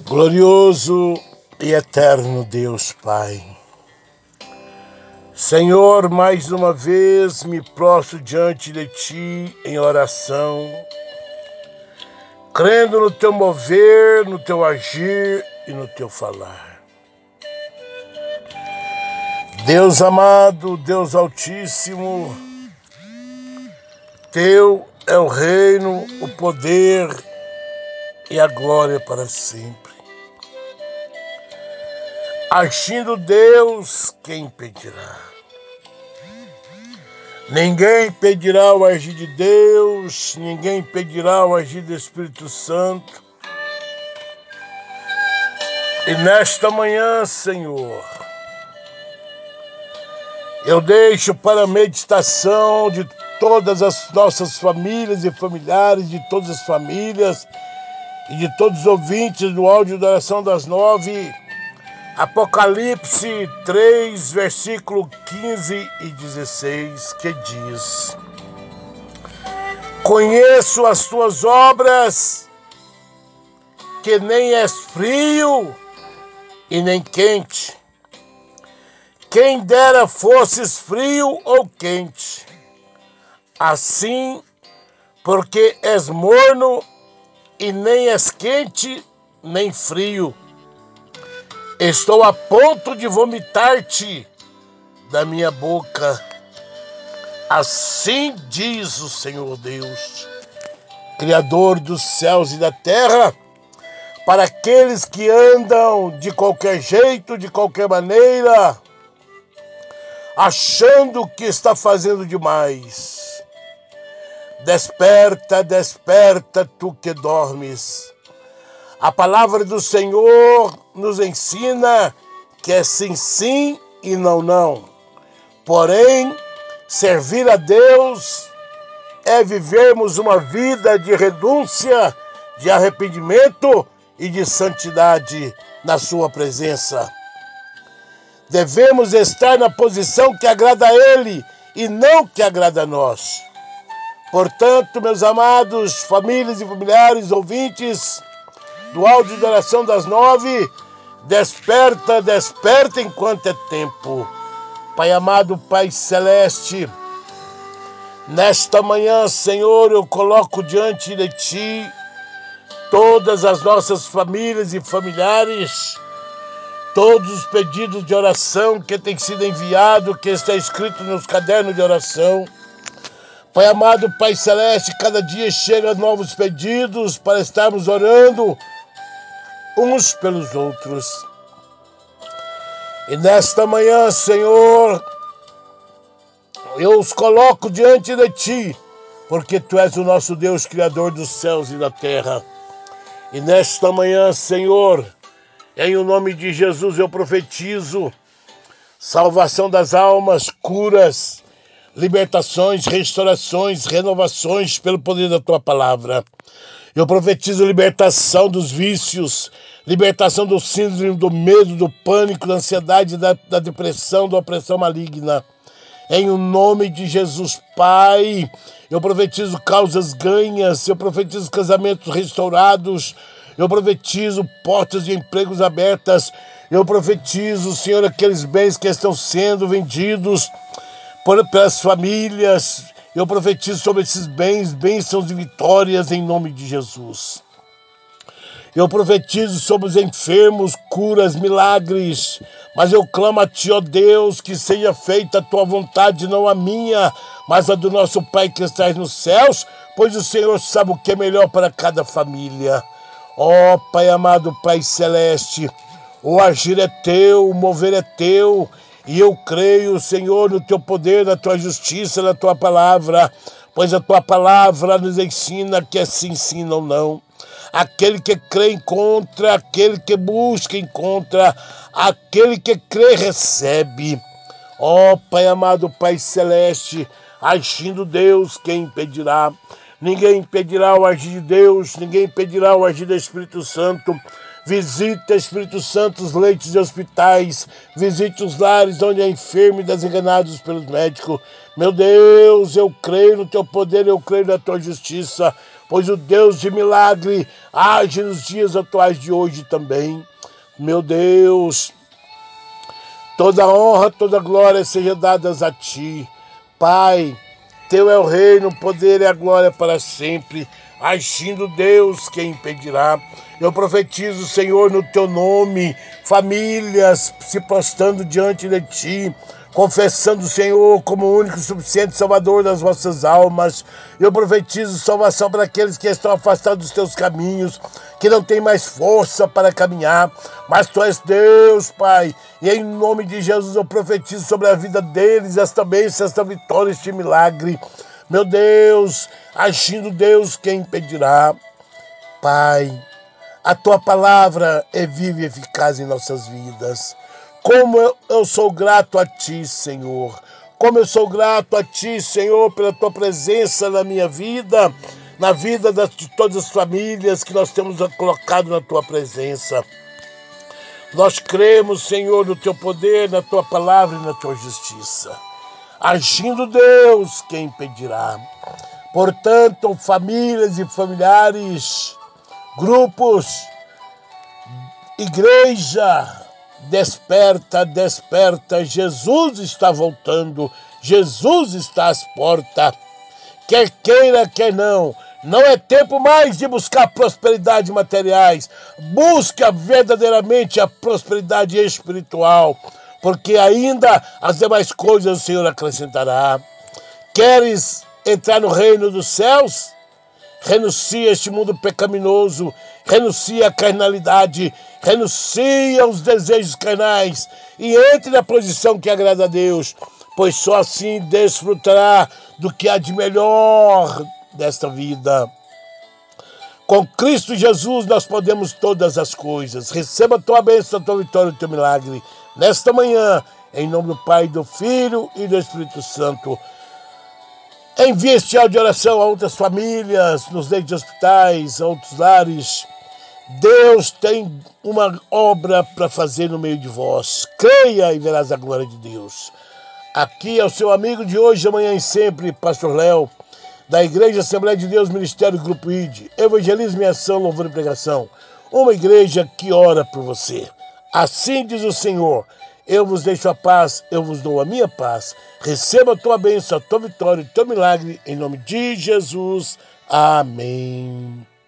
Glorioso e eterno Deus Pai, Senhor, mais uma vez me prostro diante de Ti em oração, crendo no Teu mover, no Teu agir e no Teu falar. Deus amado, Deus Altíssimo, Teu é o reino, o poder e a glória para sempre. Agindo Deus, quem impedirá? Ninguém impedirá o agir de Deus, ninguém impedirá o agir do Espírito Santo. E nesta manhã, Senhor, eu deixo para a meditação de todas as nossas famílias e familiares, de todas as famílias e de todos os ouvintes do áudio da oração das 9, Apocalipse 3, versículo 15 e 16, que diz: Conheço as tuas obras, que nem és frio e nem quente. Quem dera fosses frio ou quente. Assim, porque és morno e nem és quente nem frio, estou a ponto de vomitar-te da minha boca. Assim diz o Senhor Deus, Criador dos céus e da terra, para aqueles que andam de qualquer jeito, de qualquer maneira, achando que está fazendo demais. Desperta, desperta, tu que dormes. A palavra do Senhor nos ensina que é sim, sim e não, não. Porém, servir a Deus é vivermos uma vida de renúncia, de arrependimento e de santidade na sua presença. Devemos estar na posição que agrada a Ele e não que agrada a nós. Portanto, meus amados, famílias e familiares, ouvintes do áudio de oração das 9, desperta, desperta enquanto é tempo. Pai amado, Pai celeste, nesta manhã, Senhor, eu coloco diante de Ti todas as nossas famílias e familiares, todos os pedidos de oração que tem sido enviado, que está escrito nos cadernos de oração. Pai amado, Pai celeste, cada dia chegam novos pedidos para estarmos orando uns pelos outros. E nesta manhã, Senhor, eu os coloco diante de Ti, porque Tu és o nosso Deus, Criador dos céus e da terra. E nesta manhã, Senhor, em o nome de Jesus eu profetizo salvação das almas, curas, libertações, restaurações, renovações pelo poder da Tua palavra. Eu profetizo libertação dos vícios, libertação do síndrome, do medo, do pânico, da ansiedade, da depressão, da opressão maligna. Em o nome de Jesus, Pai, eu profetizo causas ganhas, eu profetizo casamentos restaurados, eu profetizo portas de empregos abertas, eu profetizo, Senhor, aqueles bens que estão sendo vendidos pelas famílias, eu profetizo sobre esses bens, bênçãos e vitórias em nome de Jesus. Eu profetizo sobre os enfermos, curas, milagres, mas eu clamo a Ti, ó Deus, que seja feita a Tua vontade, não a minha, mas a do nosso Pai que estás nos céus, pois o Senhor sabe o que é melhor para cada família. Ó Pai amado, Pai celeste, o agir é Teu, o mover é Teu, e eu creio, Senhor, no Teu poder, na Tua justiça, na Tua palavra, pois a Tua palavra nos ensina que é sim, sim, não, não. Aquele que crê encontra, aquele que busca encontra, aquele que crê recebe. Ó Pai amado, Pai celeste, agindo Deus, quem impedirá? Ninguém impedirá o agir de Deus, ninguém impedirá o agir do Espírito Santo. Visita, Espírito Santo, os leitos de hospitais, visite os lares onde há enfermos e desenganados pelos médicos. Meu Deus, eu creio no Teu poder, eu creio na Tua justiça, pois o Deus de milagre age nos dias atuais de hoje também. Meu Deus, toda honra, toda glória seja dadas a Ti. Pai, Teu é o reino, o poder e a glória para sempre. Agindo Deus, quem impedirá? Eu profetizo, Senhor, no Teu nome, famílias se prostrando diante de Ti, confessando o Senhor como o único e suficiente Salvador das vossas almas. Eu profetizo salvação para aqueles que estão afastados dos Teus caminhos, que não têm mais força para caminhar, mas Tu és Deus, Pai, e em nome de Jesus eu profetizo sobre a vida deles esta bênção, esta vitória, este milagre. Meu Deus, agindo Deus, quem impedirá? Pai, a Tua palavra é viva e eficaz em nossas vidas. Como eu sou grato a Ti, Senhor. Como eu sou grato a Ti, Senhor, pela Tua presença na minha vida, na vida de todas as famílias que nós temos colocado na Tua presença. Nós cremos, Senhor, no Teu poder, na Tua palavra e na Tua justiça. Agindo Deus, quem impedirá? Portanto, famílias e familiares, grupos, igreja, desperta, desperta, Jesus está voltando, Jesus está às portas, quer queira, quer não. Não é tempo mais de buscar prosperidade materiais, busca verdadeiramente a prosperidade espiritual, porque ainda as demais coisas o Senhor acrescentará. Queres entrar no reino dos céus? Renuncia a este mundo pecaminoso, renuncia à carnalidade, renuncia aos desejos carnais e entre na posição que agrada a Deus, pois só assim desfrutará do que há de melhor desta vida. Com Cristo Jesus nós podemos todas as coisas. Receba a tua bênção, a tua vitória, o teu milagre nesta manhã, em nome do Pai, do Filho e do Espírito Santo. Envie este áudio de oração a outras famílias, nos leitos de hospitais, a outros lares. Deus tem uma obra para fazer no meio de vós. Creia e verás a glória de Deus. Aqui é o seu amigo de hoje, amanhã e sempre, Pastor Léo, da Igreja Assembleia de Deus, Ministério Grupo ID, Evangelismo e Ação, Louvor e Pregação. Uma igreja que ora por você. Assim diz o Senhor: eu vos deixo a paz, eu vos dou a minha paz. Receba a tua bênção, a tua vitória, o teu milagre, em nome de Jesus. Amém.